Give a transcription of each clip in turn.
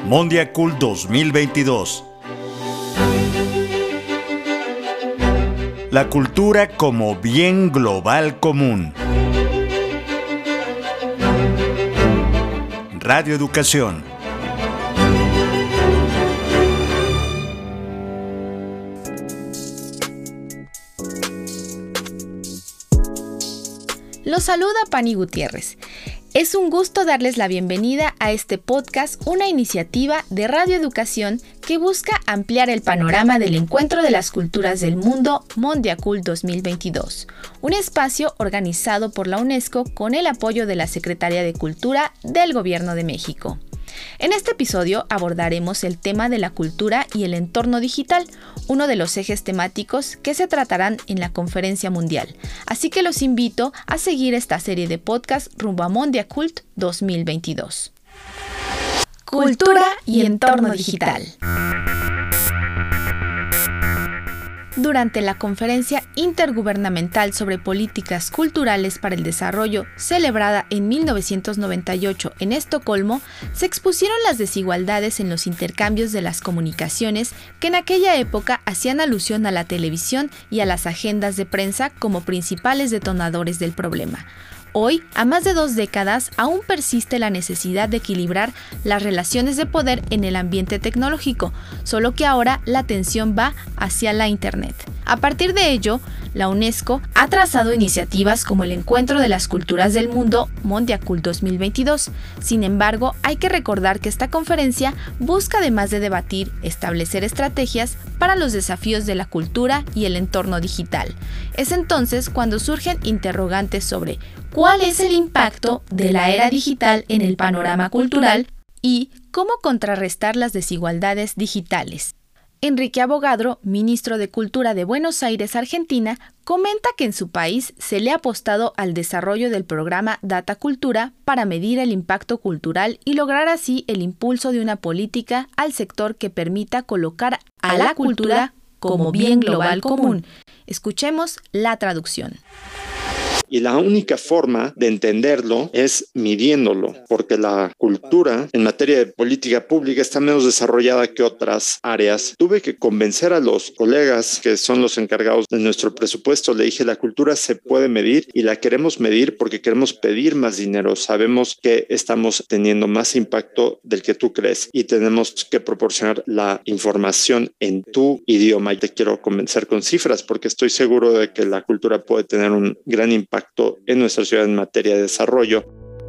Mondiacult 2022. La cultura como bien global común. Radio Educación. Los saluda Pani Gutiérrez. Es un gusto darles la bienvenida a este podcast, una iniciativa de Radio Educación que busca ampliar el panorama del Encuentro de las Culturas del Mundo Mondiacult 2022, un espacio organizado por la UNESCO con el apoyo de la Secretaría de Cultura del Gobierno de México. En este episodio abordaremos el tema de la cultura y el entorno digital, uno de los ejes temáticos que se tratarán en la conferencia mundial. Así que los invito a seguir esta serie de podcasts rumbo a Mondiacult 2022. Cultura y entorno digital. Durante la Conferencia Intergubernamental sobre Políticas Culturales para el Desarrollo, celebrada en 1998 en Estocolmo, se expusieron las desigualdades en los intercambios de las comunicaciones que en aquella época hacían alusión a la televisión y a las agendas de prensa como principales detonadores del problema. Hoy, a más de 2 décadas, aún persiste la necesidad de equilibrar las relaciones de poder en el ambiente tecnológico, solo que ahora la atención va hacia la Internet. A partir de ello, la UNESCO ha trazado iniciativas como el Encuentro de las Culturas del Mundo Mondiacult 2022. Sin embargo, hay que recordar que esta conferencia busca, además de debatir, establecer estrategias para los desafíos de la cultura y el entorno digital. Es entonces cuando surgen interrogantes sobre ¿cuál es el impacto de la era digital en el panorama cultural y cómo contrarrestar las desigualdades digitales? Enrique Abogadro, ministro de Cultura de Buenos Aires, Argentina, comenta que en su país se le ha apostado al desarrollo del programa Data Cultura para medir el impacto cultural y lograr así el impulso de una política al sector que permita colocar a la cultura como bien global común. Escuchemos la traducción. Y la única forma de entenderlo es midiéndolo, porque la cultura en materia de política pública está menos desarrollada que otras áreas. Tuve que convencer a los colegas que son los encargados de nuestro presupuesto. Le dije, la cultura se puede medir y la queremos medir porque queremos pedir más dinero. Sabemos que estamos teniendo más impacto del que tú crees y tenemos que proporcionar la información en tu idioma. Y te quiero convencer con cifras porque estoy seguro de que la cultura puede tener un gran impacto en nuestra ciudad en materia de desarrollo.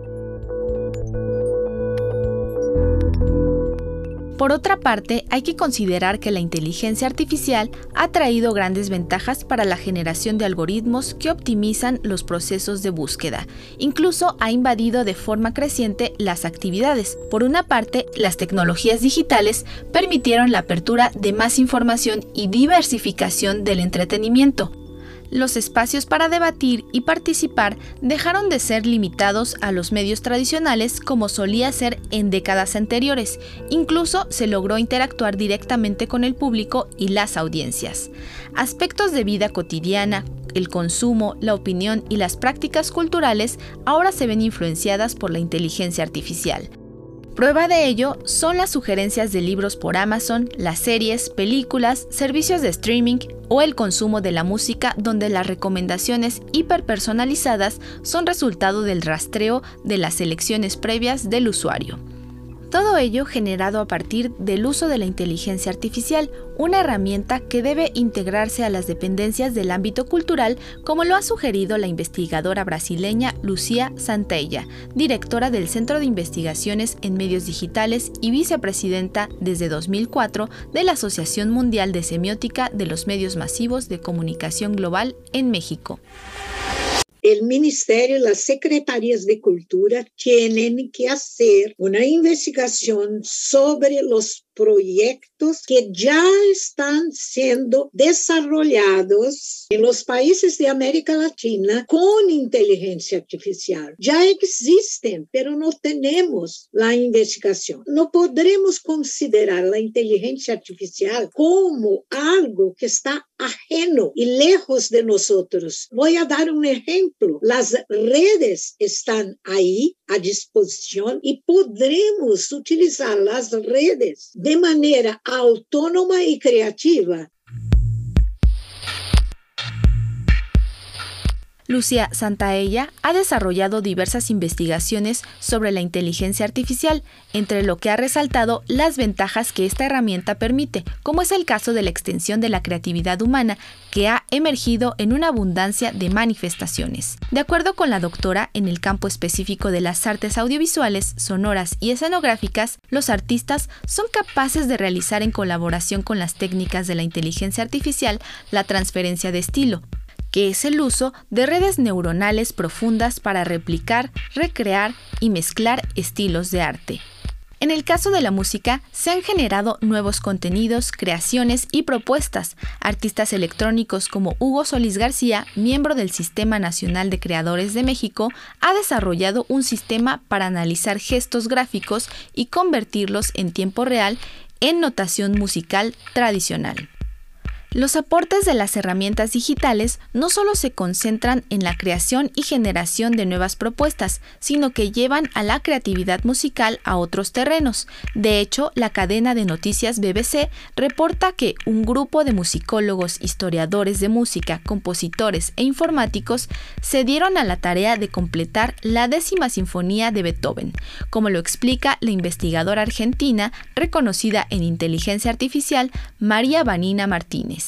Por otra parte, hay que considerar que la inteligencia artificial ha traído grandes ventajas para la generación de algoritmos que optimizan los procesos de búsqueda. Incluso ha invadido de forma creciente las actividades. Por una parte, las tecnologías digitales permitieron la apertura de más información y diversificación del entretenimiento. Los espacios para debatir y participar dejaron de ser limitados a los medios tradicionales como solía ser en décadas anteriores. Incluso se logró interactuar directamente con el público y las audiencias. Aspectos de vida cotidiana, el consumo, la opinión y las prácticas culturales ahora se ven influenciadas por la inteligencia artificial. Prueba de ello son las sugerencias de libros por Amazon, las series, películas, servicios de streaming o el consumo de la música, donde las recomendaciones hiperpersonalizadas son resultado del rastreo de las selecciones previas del usuario. Todo ello generado a partir del uso de la inteligencia artificial, una herramienta que debe integrarse a las dependencias del ámbito cultural, como lo ha sugerido la investigadora brasileña Lucía Santaella, directora del Centro de Investigaciones en Medios Digitales y vicepresidenta desde 2004 de la Asociación Mundial de Semiótica de los Medios Masivos de Comunicación Global en México. El Ministerio y las Secretarías de Cultura tienen que hacer una investigación sobre los proyectos que ya están siendo desarrollados en los países de América Latina con inteligencia artificial. Ya existen, pero no tenemos la investigación. No podremos considerar la inteligencia artificial como algo que está ajeno y lejos de nosotros. Voy a dar un ejemplo. Las redes están ahí a disposición y podremos utilizar las redes de manera autónoma y creativa. Lucía Santaella ha desarrollado diversas investigaciones sobre la inteligencia artificial, entre lo que ha resaltado las ventajas que esta herramienta permite, como es el caso de la extensión de la creatividad humana, que ha emergido en una abundancia de manifestaciones. De acuerdo con la doctora, en el campo específico de las artes audiovisuales, sonoras y escenográficas, los artistas son capaces de realizar en colaboración con las técnicas de la inteligencia artificial la transferencia de estilo, que es el uso de redes neuronales profundas para replicar, recrear y mezclar estilos de arte. En el caso de la música, se han generado nuevos contenidos, creaciones y propuestas. Artistas electrónicos como Hugo Solís García, miembro del Sistema Nacional de Creadores de México, ha desarrollado un sistema para analizar gestos gráficos y convertirlos en tiempo real en notación musical tradicional. Los aportes de las herramientas digitales no solo se concentran en la creación y generación de nuevas propuestas, sino que llevan a la creatividad musical a otros terrenos. De hecho, la cadena de noticias BBC reporta que un grupo de musicólogos, historiadores de música, compositores e informáticos se dieron a la tarea de completar la 10ª Sinfonía de Beethoven, como lo explica la investigadora argentina reconocida en inteligencia artificial María Vanina Martínez.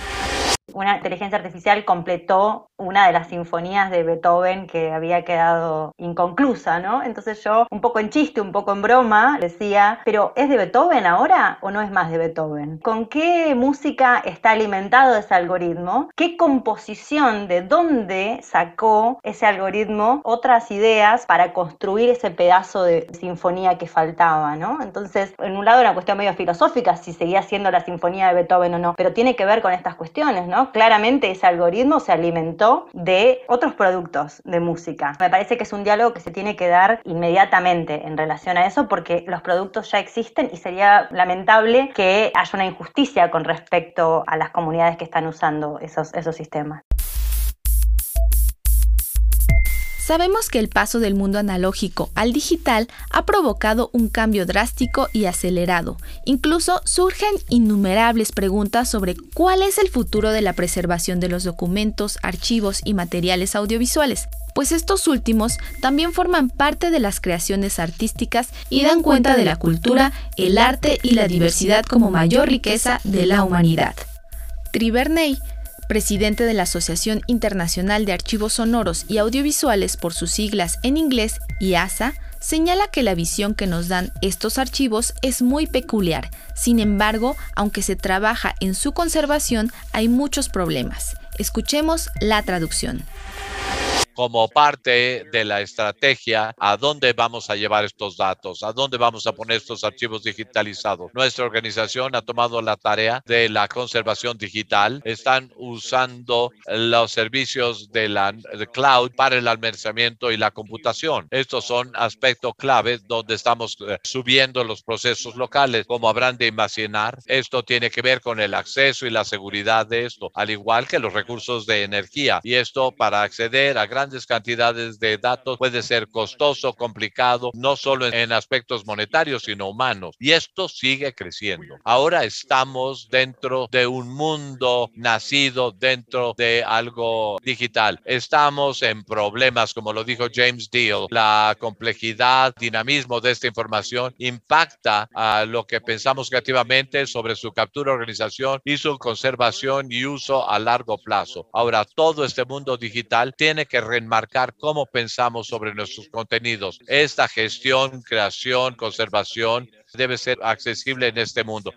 Una inteligencia artificial completó una de las sinfonías de Beethoven que había quedado inconclusa, ¿no? Entonces yo, un poco en chiste, un poco en broma, decía, ¿pero es de Beethoven ahora o no es más de Beethoven? ¿Con qué música está alimentado ese algoritmo? ¿Qué composición, de dónde sacó ese algoritmo otras ideas para construir ese pedazo de sinfonía que faltaba, ¿no? Entonces, en un lado era una cuestión medio filosófica, si seguía siendo la sinfonía de Beethoven o no, pero tiene que ver con estas cuestiones, ¿no? Claramente ese algoritmo se alimentó de otros productos de música. Me parece que es un diálogo que se tiene que dar inmediatamente en relación a eso porque los productos ya existen y sería lamentable que haya una injusticia con respecto a las comunidades que están usando esos sistemas. Sabemos que el paso del mundo analógico al digital ha provocado un cambio drástico y acelerado. Incluso surgen innumerables preguntas sobre cuál es el futuro de la preservación de los documentos, archivos y materiales audiovisuales, pues estos últimos también forman parte de las creaciones artísticas y dan cuenta de la cultura, el arte y la diversidad como mayor riqueza de la humanidad. Triverney, presidente de la Asociación Internacional de Archivos Sonoros y Audiovisuales por sus siglas en inglés, IASA, señala que la visión que nos dan estos archivos es muy peculiar. Sin embargo, aunque se trabaja en su conservación, hay muchos problemas. Escuchemos la traducción. Como parte de la estrategia, ¿a dónde vamos a llevar estos datos? ¿A dónde vamos a poner estos archivos digitalizados? Nuestra organización ha tomado la tarea de la conservación digital. Están usando los servicios de la cloud para el almacenamiento y la computación. Estos son aspectos claves donde estamos subiendo los procesos locales. Como habrán de imaginar, esto tiene que ver con el acceso y la seguridad de esto, al igual que los recursos de energía. Y esto, para acceder a grandes cantidades de datos, puede ser costoso, complicado, no solo en aspectos monetarios, sino humanos. Y esto sigue creciendo. Ahora estamos dentro de un mundo nacido dentro de algo digital. Estamos en problemas, como lo dijo James Deal. La complejidad, dinamismo de esta información impacta a lo que pensamos creativamente sobre su captura, organización y su conservación y uso a largo plazo. Ahora, todo este mundo digital tiene que enmarcar cómo pensamos sobre nuestros contenidos. Esta gestión, creación, conservación debe ser accesible en este mundo.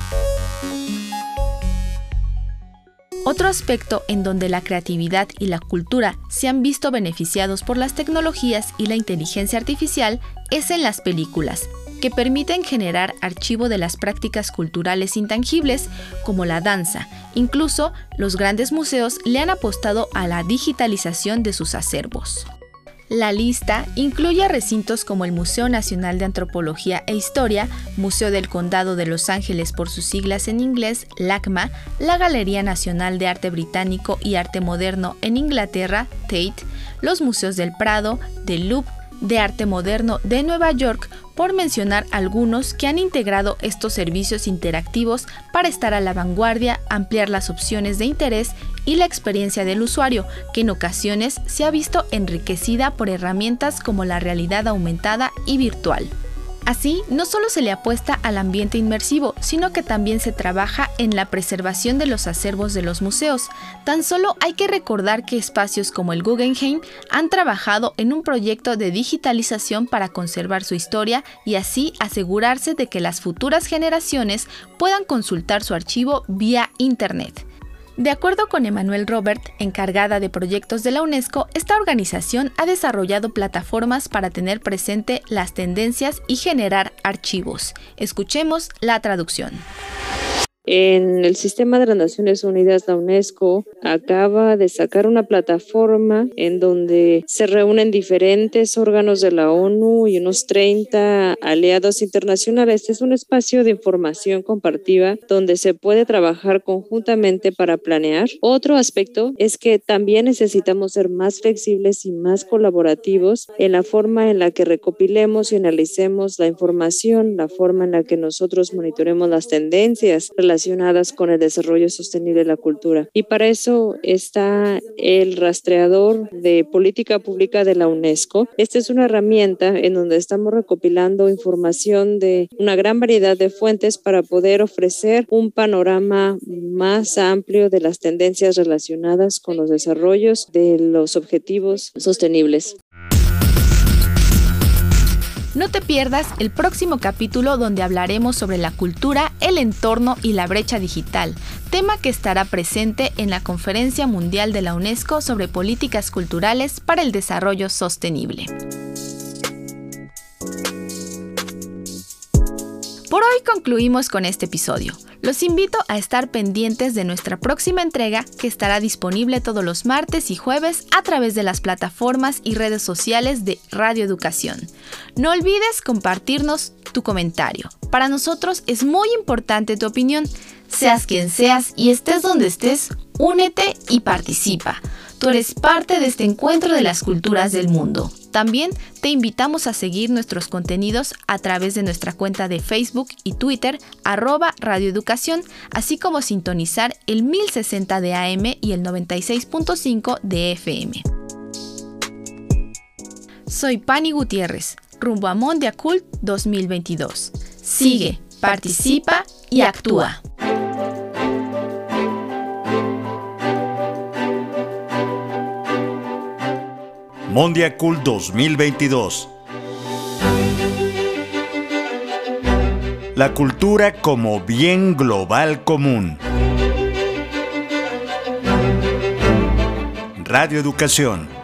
Otro aspecto en donde la creatividad y la cultura se han visto beneficiados por las tecnologías y la inteligencia artificial es en las películas. que permiten generar archivo de las prácticas culturales intangibles, como la danza. Incluso, los grandes museos le han apostado a la digitalización de sus acervos. La lista incluye recintos como el Museo Nacional de Antropología e Historia, Museo del Condado de Los Ángeles por sus siglas en inglés, LACMA, la Galería Nacional de Arte Británico y Arte Moderno en Inglaterra, Tate, los museos del Prado, del Louvre, de Arte Moderno de Nueva York, por mencionar algunos que han integrado estos servicios interactivos para estar a la vanguardia, ampliar las opciones de interés y la experiencia del usuario, que en ocasiones se ha visto enriquecida por herramientas como la realidad aumentada y virtual. Así, no solo se le apuesta al ambiente inmersivo, sino que también se trabaja en la preservación de los acervos de los museos. Tan solo hay que recordar que espacios como el Guggenheim han trabajado en un proyecto de digitalización para conservar su historia y así asegurarse de que las futuras generaciones puedan consultar su archivo vía Internet. De acuerdo con Emmanuel Robert, encargada de proyectos de la UNESCO, esta organización ha desarrollado plataformas para tener presente las tendencias y generar archivos. Escuchemos la traducción. En el sistema de las Naciones Unidas, la UNESCO acaba de sacar una plataforma en donde se reúnen diferentes órganos de la ONU y unos 30 aliados internacionales. Es un espacio de información compartida donde se puede trabajar conjuntamente para planear. Otro aspecto es que también necesitamos ser más flexibles y más colaborativos en la forma en la que recopilemos y analicemos la información, la forma en la que nosotros monitoremos las tendencias relacionadas con el desarrollo sostenible de la cultura. Y para eso está el rastreador de política pública de la UNESCO. Esta es una herramienta en donde estamos recopilando información de una gran variedad de fuentes para poder ofrecer un panorama más amplio de las tendencias relacionadas con los desarrollos de los objetivos sostenibles. No te pierdas el próximo capítulo donde hablaremos sobre la cultura, el entorno y la brecha digital, tema que estará presente en la Conferencia Mundial de la UNESCO sobre Políticas Culturales para el Desarrollo Sostenible. Por hoy concluimos con este episodio. Los invito a estar pendientes de nuestra próxima entrega, que estará disponible todos los martes y jueves a través de las plataformas y redes sociales de Radio Educación. No olvides compartirnos tu comentario. Para nosotros es muy importante tu opinión. Seas quien seas y estés donde estés, únete y participa. Tú eres parte de este encuentro de las culturas del mundo. También te invitamos a seguir nuestros contenidos a través de nuestra cuenta de Facebook y Twitter, @radioeducación, así como sintonizar el 1060 de AM y el 96.5 de FM. Soy Pani Gutiérrez, rumbo a Mondia Cult 2022. Sigue, participa y actúa. Mondia Cult 2022. La cultura como bien global común. Radio Educación.